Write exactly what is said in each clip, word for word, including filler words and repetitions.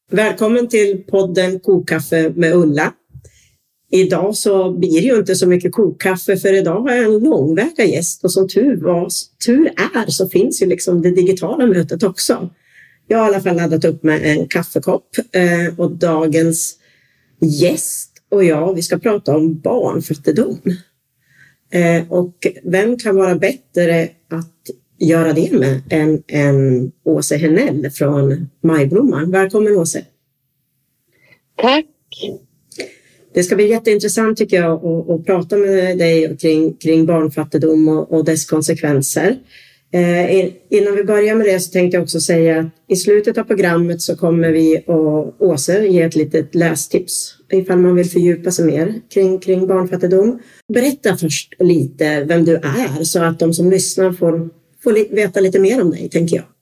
Välkommen till podden Kokkaffe med Ulla. Idag så blir det ju inte så mycket kokkaffe, för idag har jag en långväga gäst, och som tur, var, tur är så finns ju liksom det digitala mötet också. Jag har i alla fall laddat upp med en kaffekopp eh, och dagens gäst och jag, vi ska prata om barnfattigdom. Eh, och vem kan vara bättre att göra det med än, än Åse Henell från Majblomman. Välkommen Åse. Tack. Det ska bli jätteintressant tycker jag att, att prata med dig kring, kring barnfattigdom och, och dess konsekvenser. Eh, innan vi börjar med det så tänkte jag också säga att i slutet av programmet så kommer vi och Åse ge ett litet lästips ifall man vill fördjupa sig mer kring, kring barnfattigdom. Berätta först lite vem du är så att de som lyssnar får, får veta lite mer om dig, tänker jag.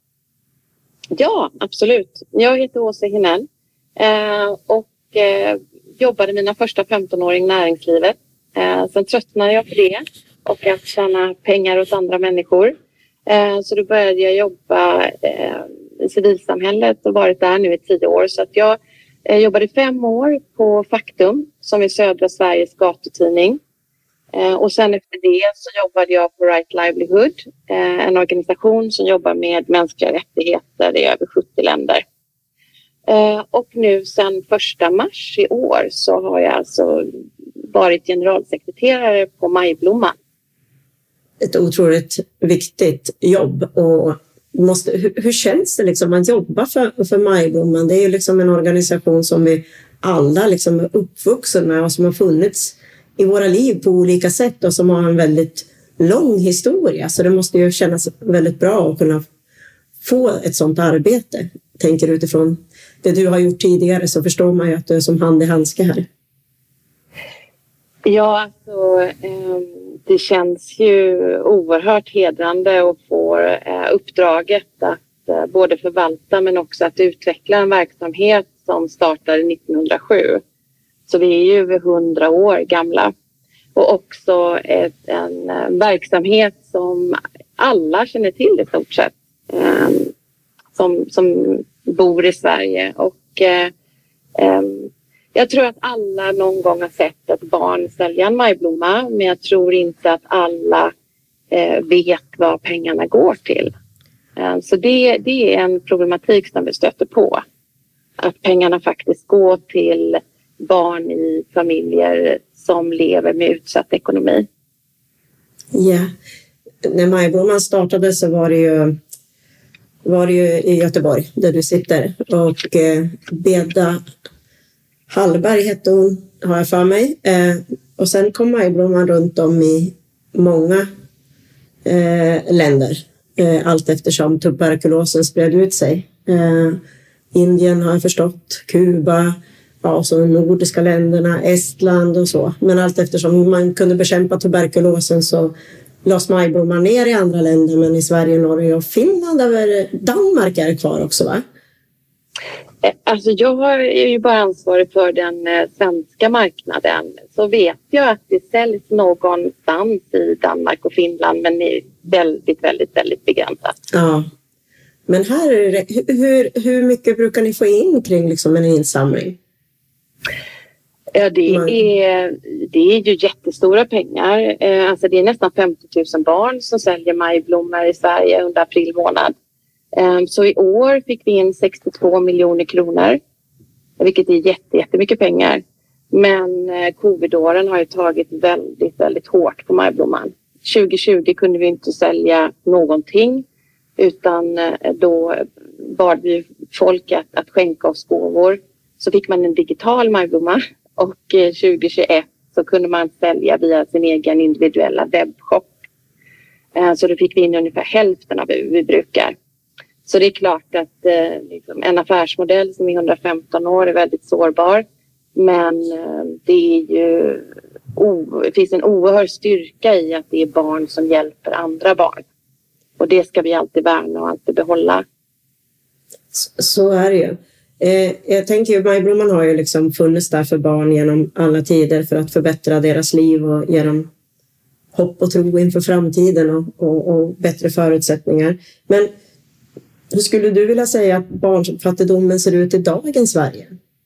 Ja, absolut. Jag heter Åse Henell eh, och eh, jobbade mina första femton år i näringslivet. Eh, sen tröttnade jag på det och att tjäna pengar åt andra människor. Eh, så då började jag jobba eh, i civilsamhället och varit där nu i tio år. Så att jag eh, jobbade fem år på Faktum som är södra Sveriges gatutidning. Eh, och sen efter det så jobbade jag på Right Livelihood, eh, en organisation som jobbar med mänskliga rättigheter i över sjuttio länder. Eh, och nu sedan första mars i år så har jag alltså varit generalsekreterare på Majblomman. Ett otroligt viktigt jobb. Och måste, hur, hur känns det liksom att jobba för, för Majblomman? Det är ju liksom en organisation som vi alla liksom är uppvuxna med och som har funnits i våra liv på olika sätt och som har en väldigt lång historia. Så det måste ju kännas väldigt bra att kunna få ett sådant arbete. Tänker utifrån det du har gjort tidigare så förstår man ju att du är som hand i handske här. Ja, alltså eh, det känns ju oerhört hedrande att få eh, uppdraget att eh, både förvalta men också att utveckla en verksamhet som startade nittonhundrasju. Så vi är ju över hundra år gamla. Och också ett, en, en verksamhet som alla känner till i stort sett. Eh, som, som bor i Sverige. Och eh, eh, jag tror att alla någon gång har sett ett barn sälja en majblomma. Men jag tror inte att alla eh, vet vad pengarna går till. Eh, så det, det är en problematik som vi stöter på. Att pengarna faktiskt går till barn i familjer som lever med utsatt ekonomi. Ja, när Majblomman startade så var det ju, var det ju i Göteborg där du sitter. Och eh, Beda Hallberg hette hon, har jag för mig. Eh, och sen kom Majblomman runt om i många eh, länder. Eh, allt eftersom tuberkulosen spred ut sig. Eh, Indien har jag förstått, Kuba, ja, så de nordiska länderna, Estland och så. Men allt eftersom man kunde bekämpa tuberkulosen så lades Majblomman ner i andra länder. Men i Sverige, Norge och Finland, där Danmark är kvar också, va? Alltså jag är ju bara ansvarig för den eh, svenska marknaden. Så vet jag att det säljs någonstans i Danmark och Finland, men det är väldigt, väldigt, väldigt begränsat. Ja. Men här är det, hur, hur mycket brukar ni få in kring liksom en insamling? Ja, det är, det är ju jättestora pengar. Eh, alltså det är nästan femtio tusen barn som säljer majblommor i Sverige under april månad. Eh, så i år fick vi in sextiotvå miljoner kronor, vilket är jätte, jättemycket pengar. Men eh, covidåren har ju tagit väldigt, väldigt hårt på majblomman. tjugo tjugo kunde vi inte sälja någonting, utan eh, då bad vi folk att, att skänka oss gåvor. Så fick man en digital majblomma. Och eh, tjugo tjugoett så kunde man sälja via sin egen individuella webbshop. Eh, så då fick vi in ungefär hälften av vad vi brukar. Så det är klart att eh, liksom en affärsmodell som är hundrafemton år är väldigt sårbar. Men eh, det är ju o- det finns en oerhörd styrka i att det är barn som hjälper andra barn. Och det ska vi alltid värna och alltid behålla. Så, så är det ju. Eh, jag tänker ju, Majblomman har ju liksom funnits där för barn genom alla tider för att förbättra deras liv och ge dem hopp och tro inför framtiden och, och, och bättre förutsättningar. Men Hur skulle du vilja säga att barnfattigdomen ser ut i dagens Sverige?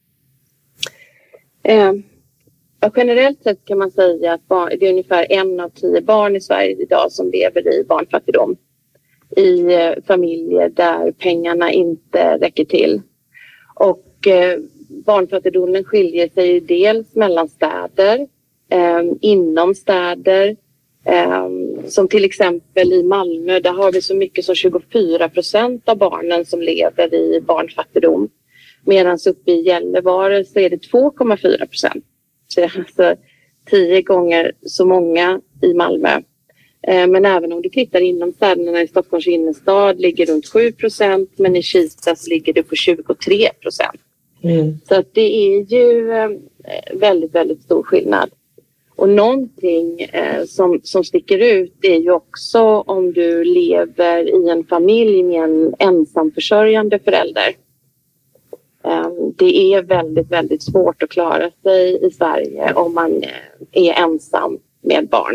Eh, ja, generellt sett kan man säga att barn, det är ungefär en av tio barn i Sverige idag som lever i barnfattigdom. I eh, familjer där pengarna inte räcker till. Och eh, barnfattigdomen skiljer sig dels mellan städer, eh, inom städer. Eh, som till exempel i Malmö, där har vi så mycket som tjugofyra procent av barnen som lever i barnfattigdom. Medan uppe i Gällivare så är det två komma fyra procent. Så det är alltså tio gånger så många i Malmö. Eh, men även om du tittar inom städerna, i Stockholms innerstad ligger runt sju procent, men i Kista så ligger det på tjugotre procent. Mm. Så att det är ju eh, väldigt, väldigt stor skillnad. Och någonting eh, som, som sticker ut är ju också om du lever i en familj med en ensamförsörjande förälder. Eh, det är väldigt, väldigt svårt att klara sig i Sverige om man eh, är ensam med barn.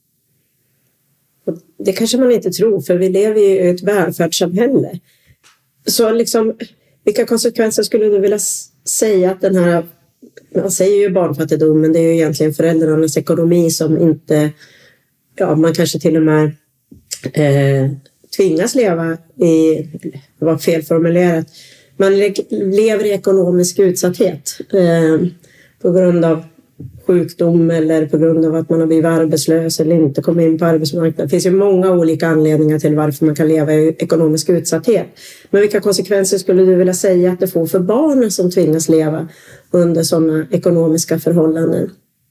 Det kanske man inte tror, för vi lever ju i ett välfärdssamhälle. Så liksom, vilka konsekvenser skulle du vilja säga att den här, man säger ju barnfattigdom, men det är ju egentligen föräldrarnas ekonomi som inte, ja, man kanske till och med eh, tvingas leva i, det var felformulerat, man lever i ekonomisk utsatthet eh, på grund av sjukdom eller på grund av att man har blivit arbetslös eller inte kommer in på arbetsmarknaden. Det finns ju många olika anledningar till varför man kan leva i ekonomisk utsatthet. Men vilka konsekvenser skulle du vilja säga att det får för barnen som tvingas leva under sådana ekonomiska förhållanden?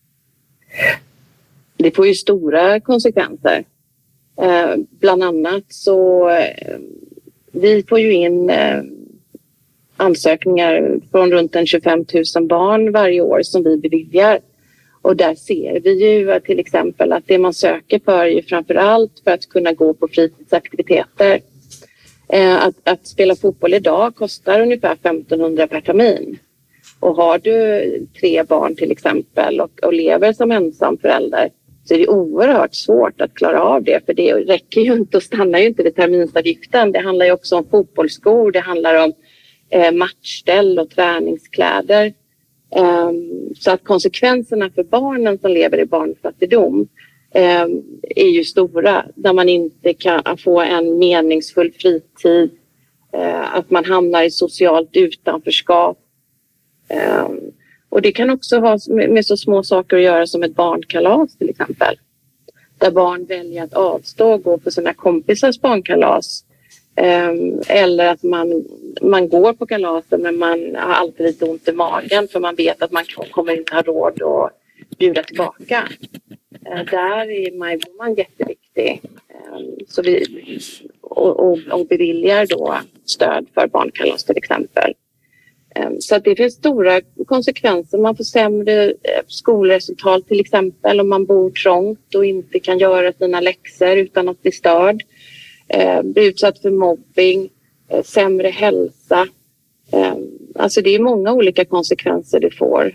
Det får ju stora konsekvenser. Eh, bland annat så eh, vi får ju in eh, ansökningar från runt en tjugofem tusen barn varje år som vi beviljar. Och där ser vi ju till exempel att det man söker för är ju framför allt för att kunna gå på fritidsaktiviteter. Eh, att, att spela fotboll idag kostar ungefär femtonhundra per termin. Och har du tre barn till exempel och, och lever som ensam förälder så är det oerhört svårt att klara av det. För det räcker ju inte och stannar ju inte vid terminsavgiften. Det handlar ju också om fotbollsskor, det handlar om eh, matchställ och träningskläder. Um, så att konsekvenserna för barnen som lever i barnfattigdom um, är ju stora. Där man inte kan få en meningsfull fritid. Uh, att man hamnar i socialt utanförskap. Um, och det kan också ha med, med så små saker att göra som ett barnkalas till exempel. Där barn väljer att avstå och gå på sina kompisars barnkalas. Um, eller att man, man går på kalasen men man har alltid lite ont i magen för man vet att man kommer inte ha råd att bjuda tillbaka. Uh, där är Majblomman jätteviktig. Um, så vi, och, och, och beviljar då stöd för barnkalas till exempel. Um, så att det finns stora konsekvenser. Man får sämre uh, skolresultat till exempel om man bor trångt och inte kan göra sina läxor utan att bli störd. Eh, blir utsatt för mobbing, eh, sämre hälsa. Eh, alltså det är många olika konsekvenser det får.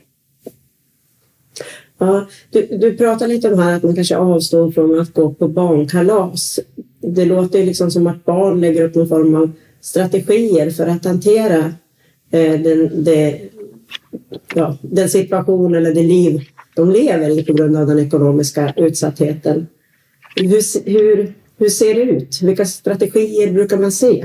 Ja, du, du pratar lite om här att man kanske avstår från att gå på barnkalas. Det låter ju liksom som att barn lägger upp någon form av strategier för att hantera eh, den, det, ja, den situation eller det liv de lever i på grund av den ekonomiska utsattheten. Hur, hur Hur ser det ut? Vilka strategier brukar man se?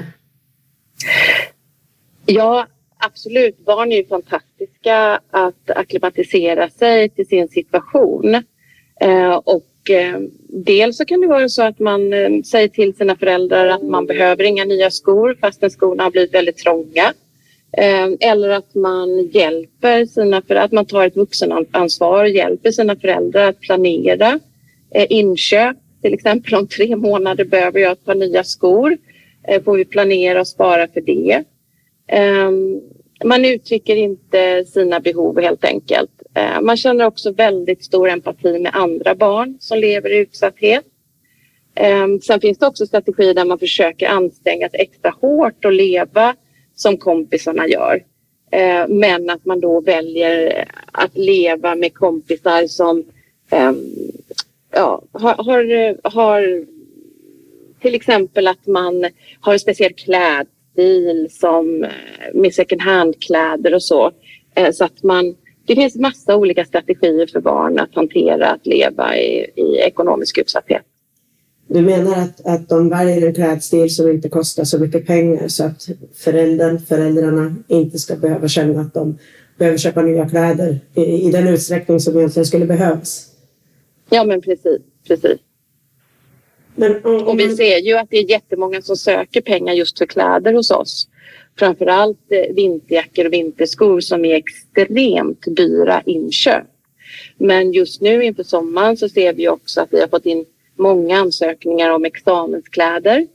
Ja, absolut. Barn är ju fantastiska att akklimatisera sig till sin situation. Eh, och eh, dels så kan det vara så att man eh, säger till sina föräldrar att man behöver inga nya skor fastän skorna har blivit väldigt trånga. Eh, eller att man hjälper sina föräldrar, att man tar ett vuxenansvar och hjälper sina föräldrar att planera eh, inköp. Till exempel om tre månader behöver jag ett par nya skor. Eh, får vi planera och spara för det. Eh, man uttrycker inte sina behov helt enkelt. Eh, man känner också väldigt stor empati med andra barn som lever i utsatthet. Eh, sen finns det också strategier där man försöker anstränga sig extra hårt och leva som kompisarna gör. Eh, men att man då väljer att leva med kompisar som eh, Ja, har, har, har till exempel att man har en speciell klädsel livsstil som med second hand-kläder och så. Så att man, det finns massa olika strategier för barn att hantera att leva i, i ekonomisk utsatthet. Du menar att, att de väljer en klädstil som inte kostar så mycket pengar så att föräldern, föräldrarna inte ska behöva känna att de behöver köpa nya kläder i, i den utsträckning som egentligen skulle behövas? Ja, men precis. precis. Men, om, om och vi ser ju att det är jättemånga som söker pengar just för kläder hos oss. Framförallt vinterjackor och vinterskor som är extremt dyra inköp. Men just nu inför sommaren så ser vi också att vi har fått in många ansökningar om examenskläder.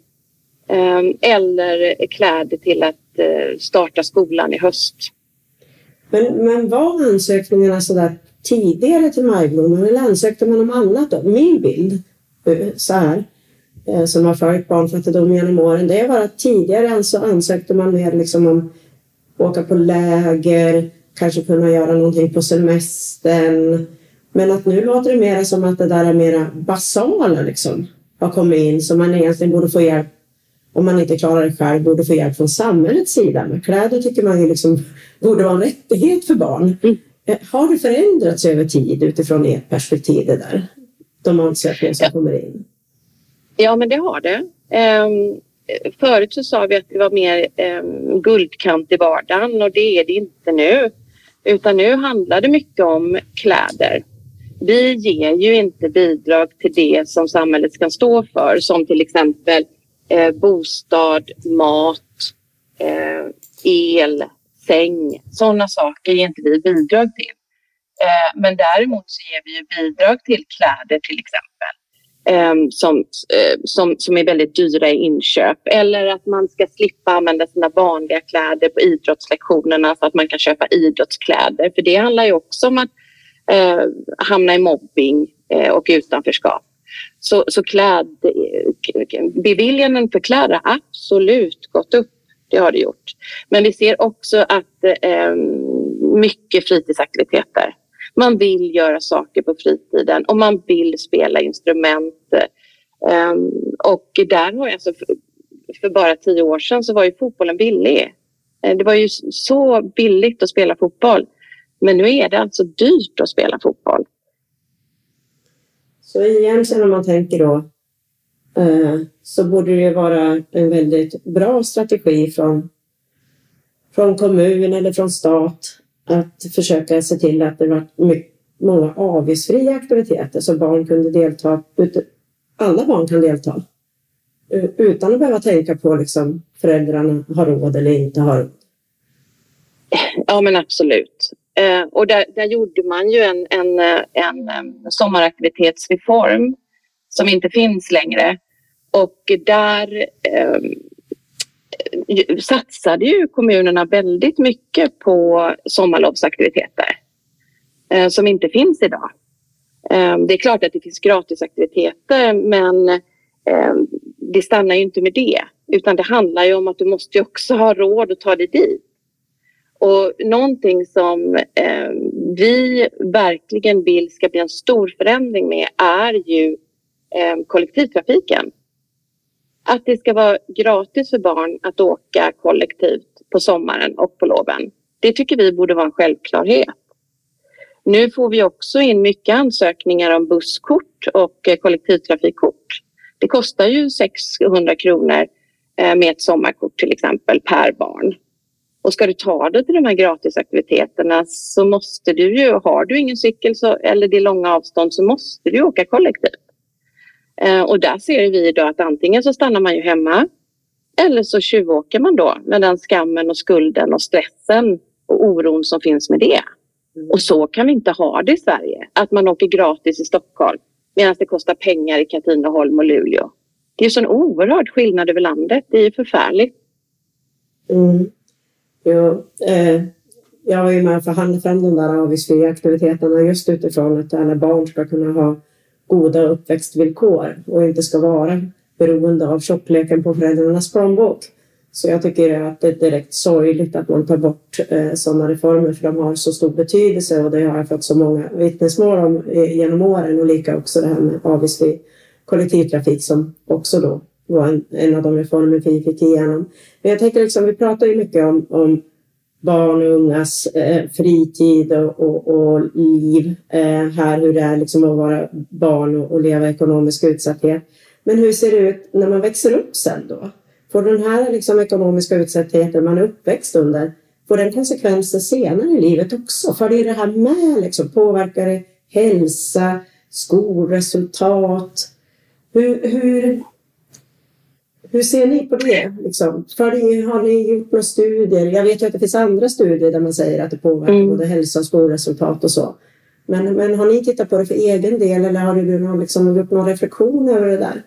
Eller kläder till att starta skolan i höst. Men, men var ansökningarna sådär tidigare till Majblomman eller ansökte man om annat då? Min bild så här, som har följt barnfattigdom genom åren, det var att tidigare alltså ansökte man mer liksom om åka på läger, kanske kunna göra någonting på semestern, men att nu låter det mer som att det där är mera basala liksom har kommit in, som man egentligen borde få hjälp, om man inte klarar det själv, borde få hjälp från samhällets sida. Men kläder tycker man ju liksom borde vara en rättighet för barn. Mm. Har det förändrats över tid utifrån ert perspektiv det där? De ansökningar som ja. kommer in. Ja, men det har det. Um, förut så sa vi att det var mer um, guldkant i vardagen och det är det inte nu. Utan nu handlar det mycket om kläder. Vi ger ju inte bidrag till det som samhället ska stå för, som till exempel eh, bostad, mat, eh, el, säng. Sådana saker ger inte vi bidrag till. Eh, men däremot så ger vi ju bidrag till kläder till exempel. Eh, som, eh, som, som är väldigt dyra i inköp. Eller att man ska slippa använda sina vanliga kläder på idrottslektionerna så att man kan köpa idrottskläder. För det handlar ju också om att eh, hamna i mobbing eh, och utanförskap. Så, så kläd, beviljanden för kläder har absolut gått upp. Det har det gjort. Men vi ser också att eh, mycket fritidsaktiviteter. Man vill göra saker på fritiden och man vill spela instrument. Eh, och där har jag alltså för, för bara tio år sedan så var ju fotbollen billig. Eh, det var ju så billigt att spela fotboll. Men nu är det alltså dyrt att spela fotboll. Så egentligen om man tänker då eh, så borde det vara en väldigt bra strategi från, från kommun eller från stat att försöka se till att det var mycket, många avgiftsfria aktiviteter så barn kunde delta, alla barn kan delta utan att behöva tänka på liksom föräldrarna har råd eller inte har råd. Ja, men absolut. Eh, och där, där gjorde man ju en, en, en, en sommaraktivitetsreform som inte finns längre. Och där eh, satsade ju kommunerna väldigt mycket på sommarlovsaktiviteter eh, som inte finns idag. Eh, det är klart att det finns gratisaktiviteter men eh, det stannar ju inte med det. Utan det handlar ju om att du måste också ha råd att ta dig dit. Och någonting som eh, vi verkligen vill ska bli en stor förändring med är ju eh, kollektivtrafiken. Att det ska vara gratis för barn att åka kollektivt på sommaren och på loven. Det tycker vi borde vara en självklarhet. Nu får vi också in mycket ansökningar om busskort och eh, kollektivtrafikkort. Det kostar ju sexhundra kronor eh, med ett sommarkort till exempel per barn. Och ska du ta dig till de här gratisaktiviteterna så måste du ju, har du ingen cykel så, eller det är långa avstånd så måste du åka kollektivt. Eh, och där ser vi idag att antingen så stannar man ju hemma eller så tjuvåker man då med den skammen och skulden och stressen och oron som finns med det. Mm. Och så kan vi inte ha det i Sverige. Att man åker gratis i Stockholm medan det kostar pengar i Katrineholm och Luleå. Det är ju sån oerhörd skillnad över landet. Det är ju förfärligt. Mm. Jo, eh, jag var ju med och förhandlade fram de där avgiftsfria aktiviteterna just utifrån att alla barn ska kunna ha goda uppväxtvillkor och inte ska vara beroende av tjockleken på föräldrarnas plånbok. Så jag tycker att det är direkt sorgligt att man tar bort eh, sådana reformer för de har så stor betydelse och det har jag fått så många vittnesmål om eh, genom åren och lika också det här med avgiftsfri kollektivtrafik som också då var en, en av de reformer vi fick igenom. Men jag tänker liksom, vi pratar ju mycket om, om barn och ungas eh, fritid och, och, och liv eh, här, hur det är liksom att vara barn och, och leva ekonomisk utsatthet. Men hur ser det ut när man växer upp sen då? Får den här liksom ekonomiska utsattheten man är uppväxt under, får den konsekvenser senare i livet också? För det är det här med liksom, påverkar det hälsa, skolresultat? Hur, hur, hur ser ni på det? Liksom? För det, har ni gjort några studier? Jag vet ju att det finns andra studier där man säger att det påverkar mm. både hälsa och skolresultat och så. Men, men har ni tittat på det för egen del, eller har du någon, liksom, gjort någon reflektion över det där?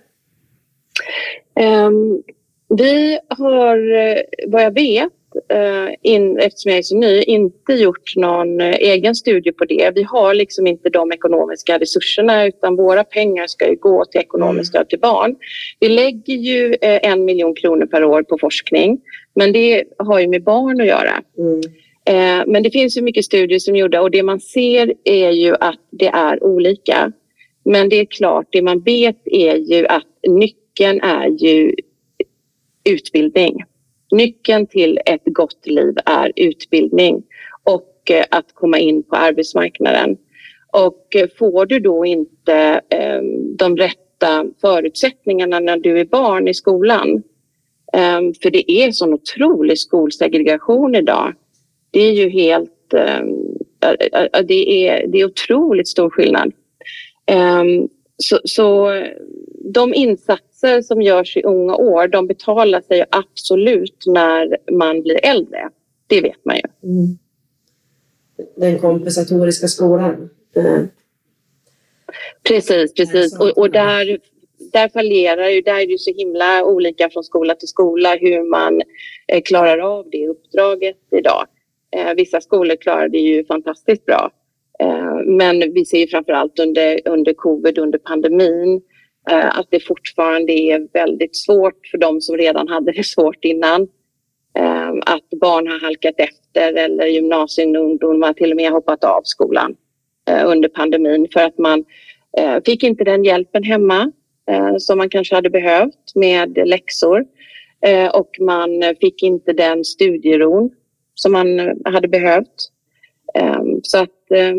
Um, vi har, vad jag vet, uh, in, eftersom jag är så ny, inte gjort någon uh, egen studie på det. Vi har liksom inte de ekonomiska resurserna, utan våra pengar ska ju gå till ekonomiskt stöd till barn. Vi lägger ju uh, en miljon kronor per år på forskning, men det har ju med barn att göra. Mm. Uh, men det finns ju mycket studier som är gjorda, och det man ser är ju att det är olika. Men det är klart, det man vet är ju att nyckeln är ju utbildning. Nyckeln till ett gott liv är utbildning och eh, att komma in på arbetsmarknaden. Och eh, får du då inte eh, de rätta förutsättningarna när du är barn i skolan, eh, för det är sån otrolig skolsegregation idag. Det är ju helt, eh, det är, det är otroligt stor skillnad. Eh, så, så de insatser som görs i unga år, de betalar sig absolut när man blir äldre. Det vet man ju. Mm. Den kompensatoriska skolan. Mm. Precis, precis. Och, och där, där fallerar ju, där är det ju så himla olika från skola till skola hur man eh, klarar av det uppdraget idag. Eh, vissa skolor klarar det ju fantastiskt bra. Eh, men vi ser ju framförallt under, under covid, under pandemin, att det fortfarande är väldigt svårt för de som redan hade det svårt innan. Att barn har halkat efter, eller gymnasieungdomar till och med hoppat av skolan under pandemin för att man fick inte den hjälpen hemma som man kanske hade behövt med läxor, och man fick inte den studieron som man hade behövt. Så att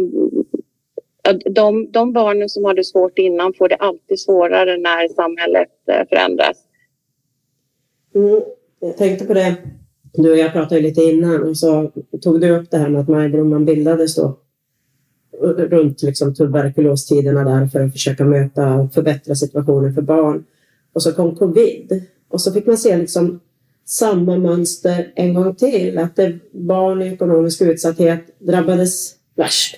De, de barnen som hade svårt innan får det alltid svårare när samhället förändras. Mm, jag tänkte på det. Du och jag pratade lite innan, och så tog du upp det här med att Majblomman bildades då runt liksom tuberkulostiderna där för att försöka möta och förbättra situationen för barn. Och så kom covid, och så fick man se liksom samma mönster en gång till, att det barn i ekonomisk utsatthet drabbades värst.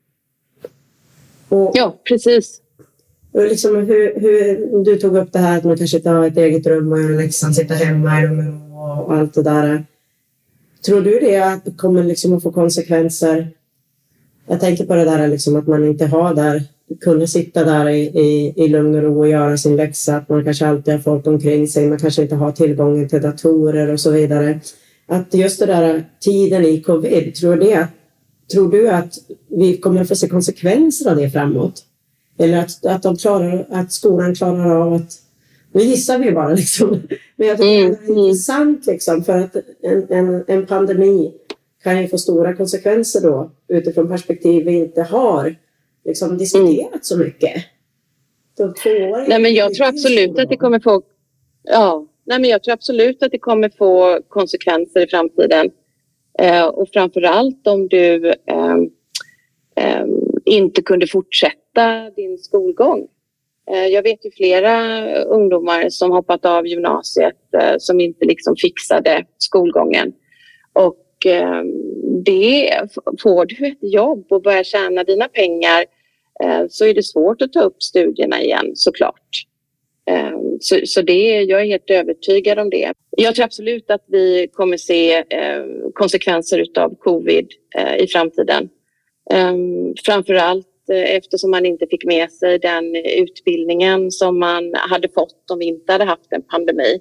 Och, ja, precis. Och liksom hur, hur du tog upp det här att man kanske inte har ett eget rum och läxan sitta hemma i rum och allt det där. Tror du det att det kommer liksom att få konsekvenser? Jag tänker på det där liksom att man inte har där, kunna sitta där i, i, i lugn och ro och göra sin läxa. Att man kanske alltid har folk omkring sig, man kanske inte har tillgången till datorer och så vidare. Att just det där tiden i covid, tror det Tror du att vi kommer att få se konsekvenser av det framåt? Eller att, att, de klarar, att skolan klarar av att... Nu gissar vi bara liksom. Men jag tycker mm. det är intressant liksom, för att en, en, en pandemi kan ju få stora konsekvenser då utifrån perspektiv vi inte har liksom, diskuterat mm. så mycket. De två år Nej, men jag tror absolut att det kommer få... Ja, nej, men jag tror absolut att det kommer få konsekvenser i framtiden. Uh, och framförallt om du um, um, inte kunde fortsätta din skolgång. Uh, jag vet ju flera ungdomar som hoppat av gymnasiet uh, som inte liksom fixade skolgången. Och um, det, får du ett jobb och börjar tjäna dina pengar uh, så är det svårt att ta upp studierna igen, såklart. Um, så, så det, jag är helt övertygad om det. Jag tror absolut att vi kommer se eh, konsekvenser utav covid eh, i framtiden. Um, framförallt eh, eftersom man inte fick med sig den utbildningen som man hade fått om vi inte hade haft en pandemi.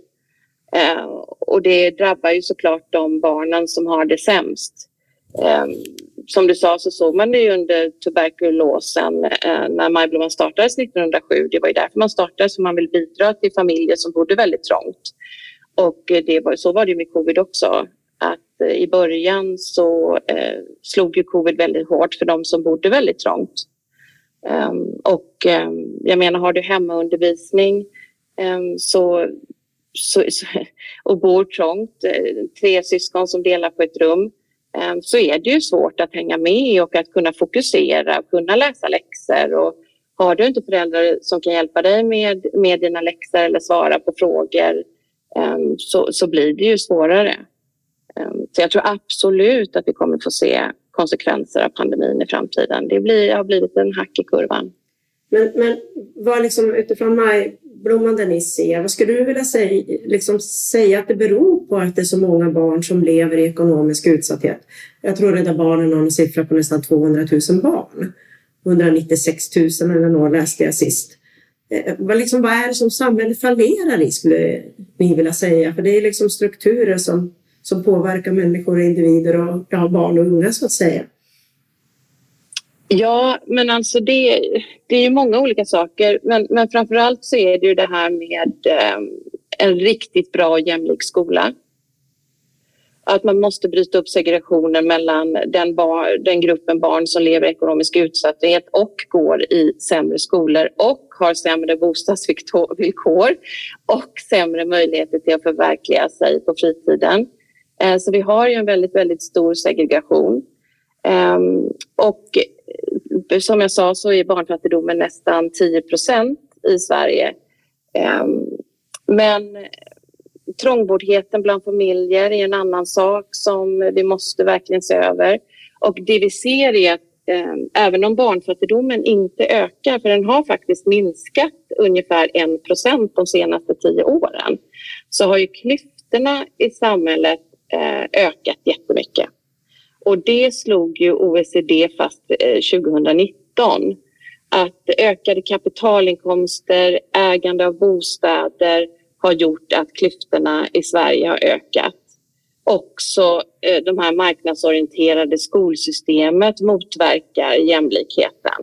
Uh, och det drabbar ju såklart de barnen som har det sämst. Um, som du sa så såg man det ju under tuberkulosen eh, när Majblomman startades nittonhundrasju. Det var ju därför man startade, så man vill bidra till familjer som bodde väldigt trångt. Och eh, det var, så var det med covid också. Att eh, i början så eh, slog ju covid väldigt hårt för de som bodde väldigt trångt. Um, och um, jag menar, har du hemundervisning um, så, så, så, och bor trångt, eh, tre syskon som delar på ett rum, um, så är det ju svårt att hänga med och att kunna fokusera och kunna läsa läxor. Och har du inte föräldrar som kan hjälpa dig med, med dina läxor eller svara på frågor um, så, så blir det ju svårare. Um, så jag tror absolut att vi kommer få se konsekvenser av pandemin i framtiden. Det blir, har blivit en hack i kurvan. Men, men vad liksom utifrån Majblomman där ni ser, vad skulle du vilja säga, liksom säga att det beror på att det är så många barn som lever i ekonomisk utsatthet? Jag tror Rädda Barnen har en siffra på nästan tvåhundratusen barn. hundranittiosex tusen eller något läste jag sist. Eh, vad, liksom, vad är det som samhället fallerar i, skulle ni vilja säga? För det är liksom strukturer som som påverkar människor, individer och ja, barn och unga så att säga. Ja, men alltså det, det är ju många olika saker. Men, men framförallt så är det ju det här med eh, en riktigt bra och jämlik skola. Att man måste bryta upp segregationen mellan den, bar, den gruppen barn som lever i ekonomisk utsatthet och går i sämre skolor och har sämre bostadsvillkor och sämre möjligheter till att förverkliga sig på fritiden. Så vi har ju en väldigt, väldigt stor segregation. Och som jag sa så är barnfattigdomen nästan tio procent i Sverige. Men trångboddheten bland familjer är en annan sak som vi måste verkligen se över. Och det vi ser är att även om barnfattigdomen inte ökar, för den har faktiskt minskat ungefär en procent de senaste tio åren, så har ju klyftorna i samhället ökat jättemycket. Och det slog ju O E C D fast tjugonitton att ökade kapitalinkomster, ägande av bostäder har gjort att klyftorna i Sverige har ökat. Också de här marknadsorienterade skolsystemet motverkar jämlikheten.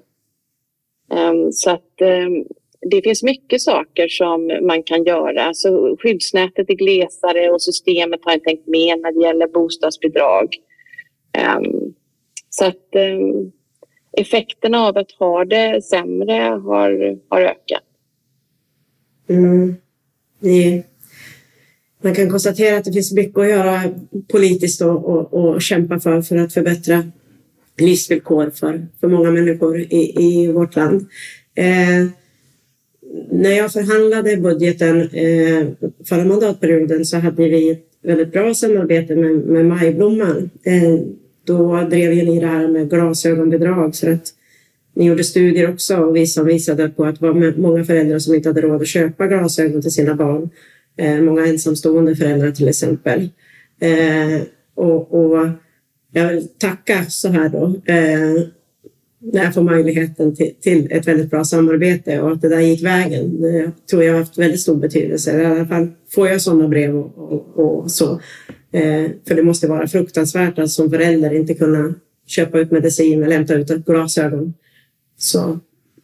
Så att det finns mycket saker som man kan göra. Alltså skyddsnätet är glesare och systemet har inte tänkt med när det gäller bostadsbidrag. Um, så att um, effekterna av att ha det sämre har, har ökat. Mm. Det, man kan konstatera att det finns mycket att göra politiskt och, och, och kämpa för för att förbättra livsvillkor för, för många människor i, i vårt land. Eh, När jag förhandlade budgeten eh, förra mandatperioden så hade vi ett väldigt bra samarbete med, med Majblomman. Eh, då drev ju ni det här med glasögonbidrag, så att ni gjorde studier också och vi som visade på att det var många föräldrar som inte hade råd att köpa glasögon till sina barn. Eh, många ensamstående föräldrar till exempel. Eh, och, och jag vill tacka så här då. Eh, när jag får möjligheten till, till ett väldigt bra samarbete och att det där gick vägen. Det tror jag har haft väldigt stor betydelse. I alla fall får jag sådana brev och, och, och så. Eh, för det måste vara fruktansvärt att som förälder inte kunna köpa ut medicin eller hämta ut ett glasögon. Så.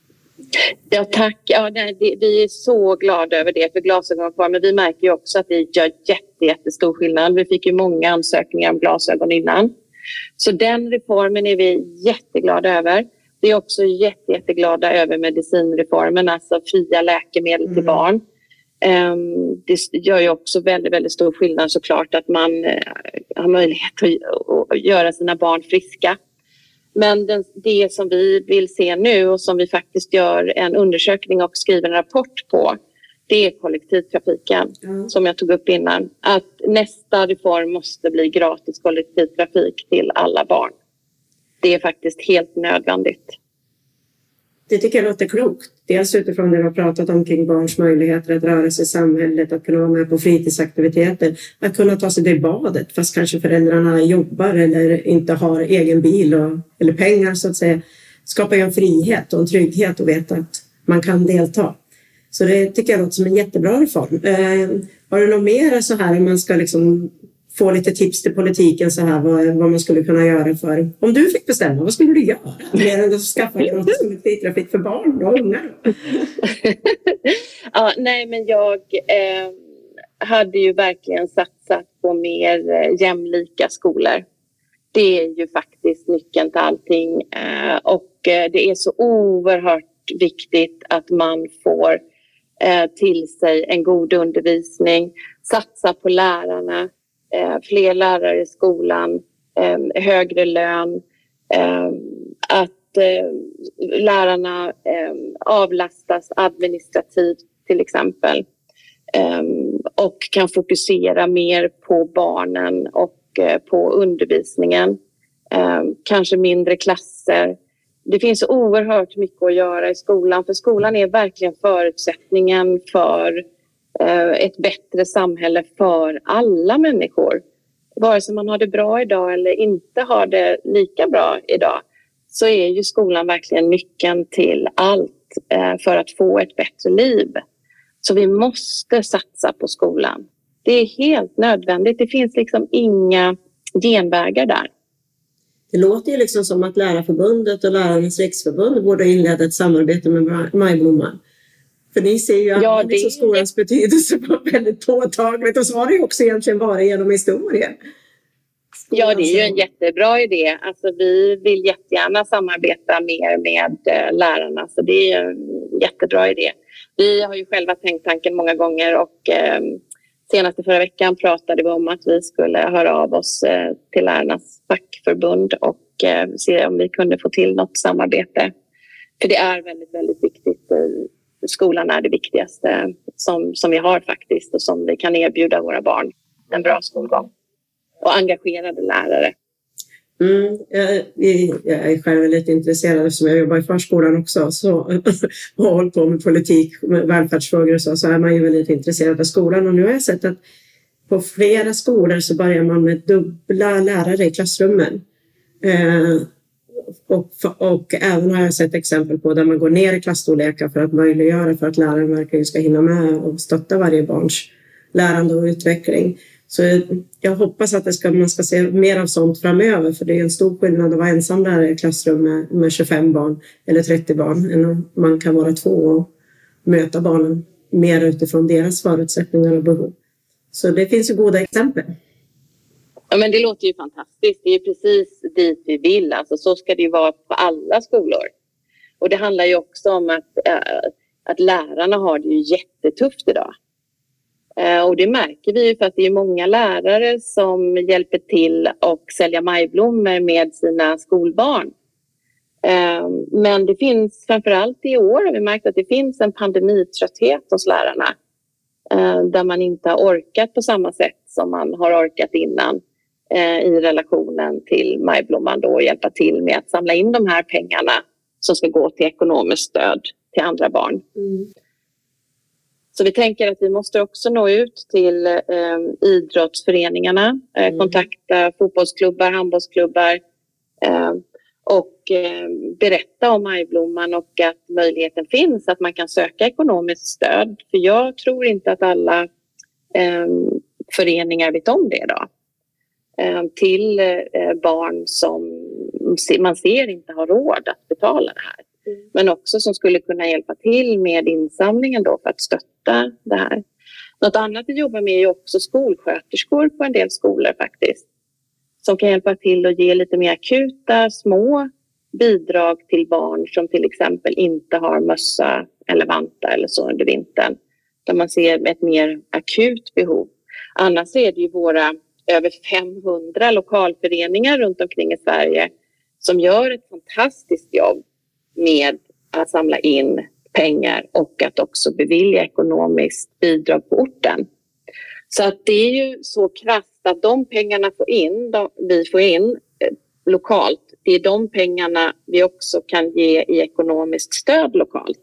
Ja, tack. Ja, nej, det, vi är så glada över det för glasögon kvar. Men vi märker ju också att det gör jätte, jättestor skillnad. Vi fick ju många ansökningar om glasögon innan. Så den reformen är vi jätteglada över. Vi är också jätte, jätteglada över medicinreformen, alltså fria läkemedel mm. till barn. Um, det gör ju också väldigt, väldigt stor skillnad såklart att man uh, har möjlighet att, att göra sina barn friska. Men den, det som vi vill se nu och som vi faktiskt gör en undersökning och skriver en rapport på, det är kollektivtrafiken mm. som jag tog upp innan. Att nästa reform måste bli gratis kollektivtrafik till alla barn. Det är faktiskt helt nödvändigt. Det tycker jag låter klokt. Dels utifrån det vi har pratat om kring barns möjligheter att röra sig i samhället, att kunna vara med på fritidsaktiviteter, att kunna ta sig till badet fast kanske föräldrarna jobbar eller inte har egen bil och, eller pengar så att säga. Skapar ju en frihet och en trygghet och veta att man kan delta. Så det tycker jag låter som en jättebra reform. Eh, har du något mer så här om man ska liksom få lite tips till politiken så här, vad, vad man skulle kunna göra för. Om du fick bestämma, vad skulle du göra? Mer än att skaffa gratis kollektivtrafik för barn och unga? Ja, nej, men jag eh, hade ju verkligen satsat på mer eh, jämlika skolor. Det är ju faktiskt nyckeln till allting. Eh, och eh, det är så oerhört viktigt att man får eh, till sig en god undervisning. Satsa på lärarna. Eh, fler lärare i skolan. Eh, högre lön. Eh, att eh, lärarna eh, avlastas administrativt till exempel. Eh, och kan fokusera mer på barnen och på undervisningen, eh, kanske mindre klasser. Det finns så oerhört mycket att göra i skolan, för skolan är verkligen förutsättningen för eh, ett bättre samhälle för alla människor. Vare sig man har det bra idag eller inte har det lika bra idag, så är ju skolan verkligen nyckeln till allt eh, för att få ett bättre liv. Så vi måste satsa på skolan. Det är helt nödvändigt. Det finns liksom inga genvägar där. Det låter ju liksom som att Lärarförbundet och Lärarnas riksförbund borde inleda ett samarbete med Majblomman. För ni ser ju ja, det... liksom skolans betydelse på väldigt påtagligt. Och så har det ju också egentligen varit genom historien. Ja, det är ju en jättebra idé. Alltså, vi vill jättegärna samarbeta mer med äh, lärarna. Så det är en jättebra idé. Vi har ju själva tänkt tanken många gånger och äh, senast förra veckan pratade vi om att vi skulle höra av oss eh, till lärarnas fackförbund och eh, se om vi kunde få till något samarbete. För det är väldigt, väldigt viktigt. Skolan är det viktigaste som, som vi har faktiskt och som vi kan erbjuda våra barn. En bra skolgång. Och engagerade lärare. Mm, jag, jag är själv lite intresserad eftersom jag jobbar i förskolan också så, och håller på med politik, med välfärdsfrågor och så, så är man ju väldigt intresserad av skolan. Och nu har jag sett att på flera skolor så börjar man med dubbla lärare i klassrummen. Eh, och, och även har jag sett exempel på där man går ner i klassstorlekar för att möjliggöra för att läraren verkligen ska hinna med och stötta varje barns lärande och utveckling. Så jag hoppas att det ska, man ska se mer av sånt framöver, för det är en stor skillnad att vara ensam lärare i klassrum med, med tjugofem barn eller trettio barn än om man kan vara två och möta barnen mer utifrån deras förutsättningar och behov. Så det finns ju goda exempel. Ja, men det låter ju fantastiskt. Det är precis dit vi vill. Alltså, så ska det ju vara på alla skolor. Och det handlar ju också om att, äh, att lärarna har det ju jättetufft idag. Och det märker vi ju för att det är många lärare som hjälper till och sälja majblommor med sina skolbarn. Men det finns framförallt i år har vi märkt att det finns en pandemitrötthet hos lärarna. Där man inte har orkat på samma sätt som man har orkat innan i relationen till majblomman då och hjälpa till med att samla in de här pengarna som ska gå till ekonomiskt stöd till andra barn. Mm. Så vi tänker att vi måste också nå ut till eh, idrottsföreningarna, eh, mm. kontakta fotbollsklubbar, handbollsklubbar eh, och eh, berätta om majblomman och att möjligheten finns att man kan söka ekonomiskt stöd. För jag tror inte att alla eh, föreningar vet om det idag. Eh, till eh, barn som man ser inte har råd att betala det här. Mm. Men också som skulle kunna hjälpa till med insamlingen då för att stötta det här. Något annat vi jobbar med är också skolsköterskor på en del skolor faktiskt. Som kan hjälpa till och ge lite mer akuta, små bidrag till barn som till exempel inte har mössa eller vanta eller så under vintern. Där man ser ett mer akut behov. Annars är det ju våra över femhundra lokalföreningar runt omkring i Sverige som gör ett fantastiskt jobb med att samla in pengar och att också bevilja ekonomiskt bidrag på orten. Så att det är ju så krasst att de pengarna får in, de, vi får in eh, lokalt, det är de pengarna vi också kan ge i ekonomiskt stöd lokalt.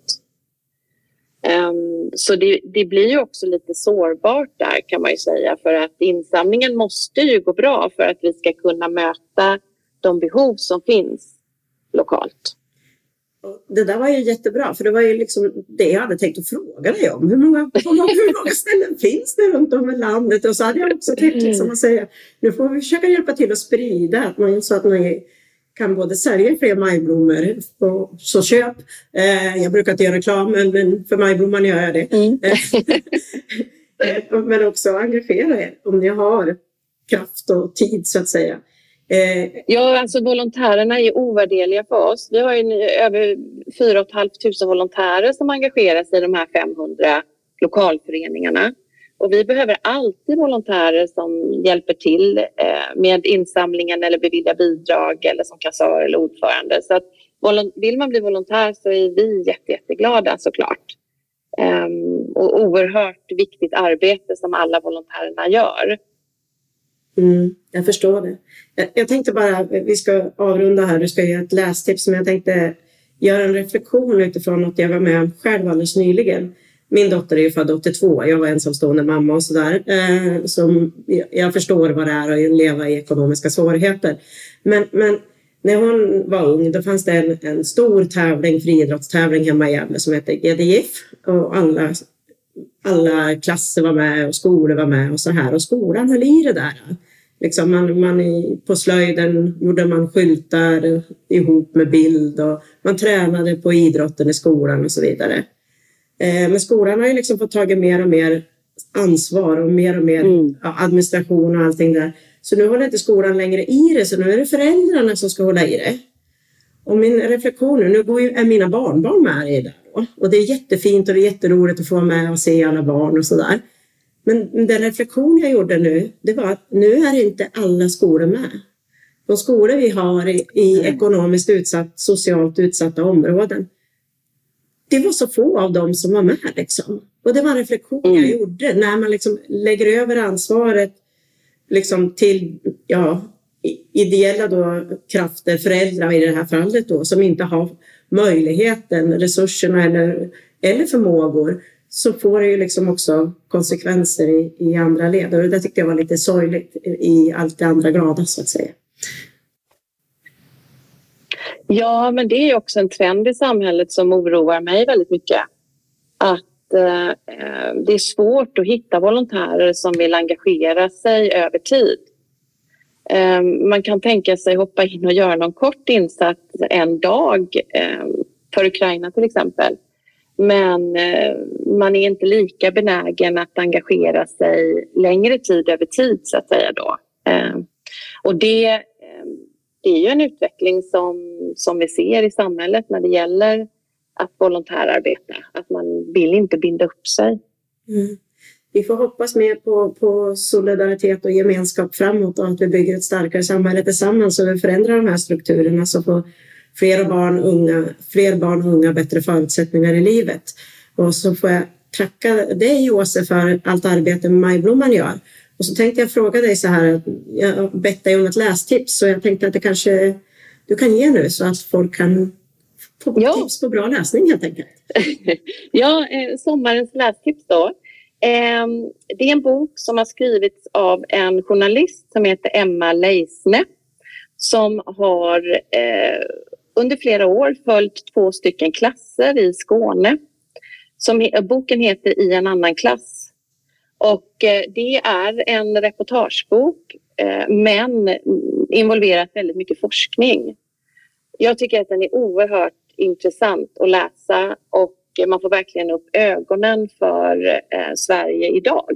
Um, så det, det blir ju också lite sårbart där kan man ju säga, för att insamlingen måste ju gå bra för att vi ska kunna möta de behov som finns lokalt. det där var ju jättebra, för det var ju liksom det jag hade tänkt att fråga dig om. Hur många, hur många ställen finns det runt om i landet? Och så hade jag också tänkt liksom att säga, nu får vi försöka hjälpa till att sprida, att man, så att man kan både sälja fler majblommor och så köp. Eh, jag brukar inte göra reklam, men, men för majblomman gör jag det. Mm. Men också engagera er om ni har kraft och tid, så att säga. Eh, ja, alltså volontärerna är ovärderliga för oss. Vi har ju över fyra och ett halvt tusen volontärer som engagerar sig i de här femhundra lokalföreningarna. Och vi behöver alltid volontärer som hjälper till eh, med insamlingen eller bevilja bidrag eller som kassör eller ordförande. Så att vill man bli volontär så är vi jätte, jätteglada såklart. Um, och oerhört viktigt arbete som alla volontärerna gör. Mm, jag förstår det. Jag, jag tänkte bara, vi ska avrunda här, du ska ge ett lästips, men jag tänkte göra en reflektion utifrån att jag var med själv alldeles nyligen. Min dotter är ju född åttiotvå, jag var ensamstående mamma och sådär. Eh, som jag, jag förstår vad det är att leva i ekonomiska svårigheter. Men, men när hon var ung, då fanns det en, en stor tävling, friidrottstävling hemma i Gävle som heter G D I F. Och alla, alla klasser var med och skolor var med och så här. Och skolan höll i det där. Liksom man, man i, på slöjden gjorde man skyltar ihop med bild. Och man tränade på idrotten i skolan och så vidare. Eh, men skolan har ju liksom fått tagit mer och mer ansvar och mer och mer mm. ja, administration och allting där. Så nu håller inte skolan längre i det, så nu är det föräldrarna som ska hålla i det. Och min reflektion nu, nu går ju, är mina barnbarn med i det då. Och det är jättefint och det är jätteroligt att få med och se alla barn och sådär. Men den reflektion jag gjorde nu, det var att nu är inte alla skolor med. De skolor vi har i, i ekonomiskt utsatt, socialt utsatta områden, det var så få av dem som var med liksom. Och det var en reflektion mm. jag gjorde när man liksom lägger över ansvaret liksom till ja, ideella då, krafter, föräldrar i det här fallet då, som inte har möjligheten, resurserna eller, eller förmågor, så får det ju liksom också konsekvenser i, i andra led. Och det tyckte jag var lite sorgligt i allt det andra glada, så att säga. Ja, men det är också en trend i samhället som oroar mig väldigt mycket. Att eh, det är svårt att hitta volontärer som vill engagera sig över tid. Eh, man kan tänka sig hoppa in och göra någon kort insats en dag eh, för Ukraina till exempel. Men eh, man är inte lika benägen att engagera sig längre tid över tid, så att säga då. Eh, och det... Eh, Det är ju en utveckling som, som vi ser i samhället när det gäller att volontärarbeta. Att man vill inte binda upp sig. Mm. Vi får hoppas mer på, på solidaritet och gemenskap framåt och att vi bygger ett starkare samhälle tillsammans och vi förändrar de här strukturerna så får fler barn, unga, fler barn och unga bättre förutsättningar i livet. Och så får jag tacka dig, Åse, för allt arbete med Majblomman gör. Och så tänkte jag fråga dig så här, jag bett dig om ett lästips så jag tänkte att det kanske du kan ge nu så att folk kan få ja. tips på bra läsning helt enkelt. Ja, eh, sommarens lästips då. Eh, det är en bok som har skrivits av en journalist som heter Emma Leisne som har eh, under flera år följt två stycken klasser i Skåne. Som, boken heter I en annan klass. Och det är en reportagebok men involverat väldigt mycket forskning. Jag tycker att den är oerhört intressant att läsa och man får verkligen upp ögonen för Sverige idag.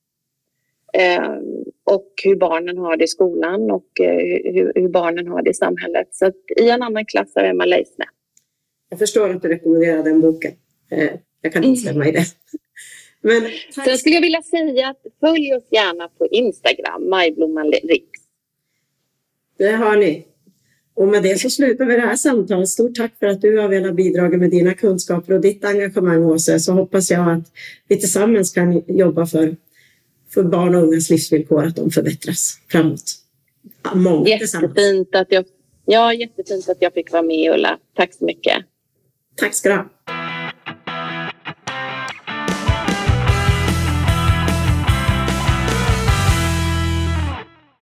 Och hur barnen har det i skolan och hur barnen har det i samhället. Så att I en annan klass är Emma Leisne. Jag förstår att du rekommenderar den boken. Jag kan instämma i det. Men, Sen skulle jag vilja säga att följ oss gärna på Instagram, Majblomman Riks. Det har ni. Och med det så slutar vi det här samtalet. Stort tack för att du har velat bidra med dina kunskaper och ditt engagemang, Åse. Så hoppas jag att vi tillsammans kan jobba för, för barn och ungas livsvillkor, att de förbättras framåt. Många jättefint att jag, ja, jättefint att jag fick vara med, Ulla. Tack så mycket. Tack ska du ha.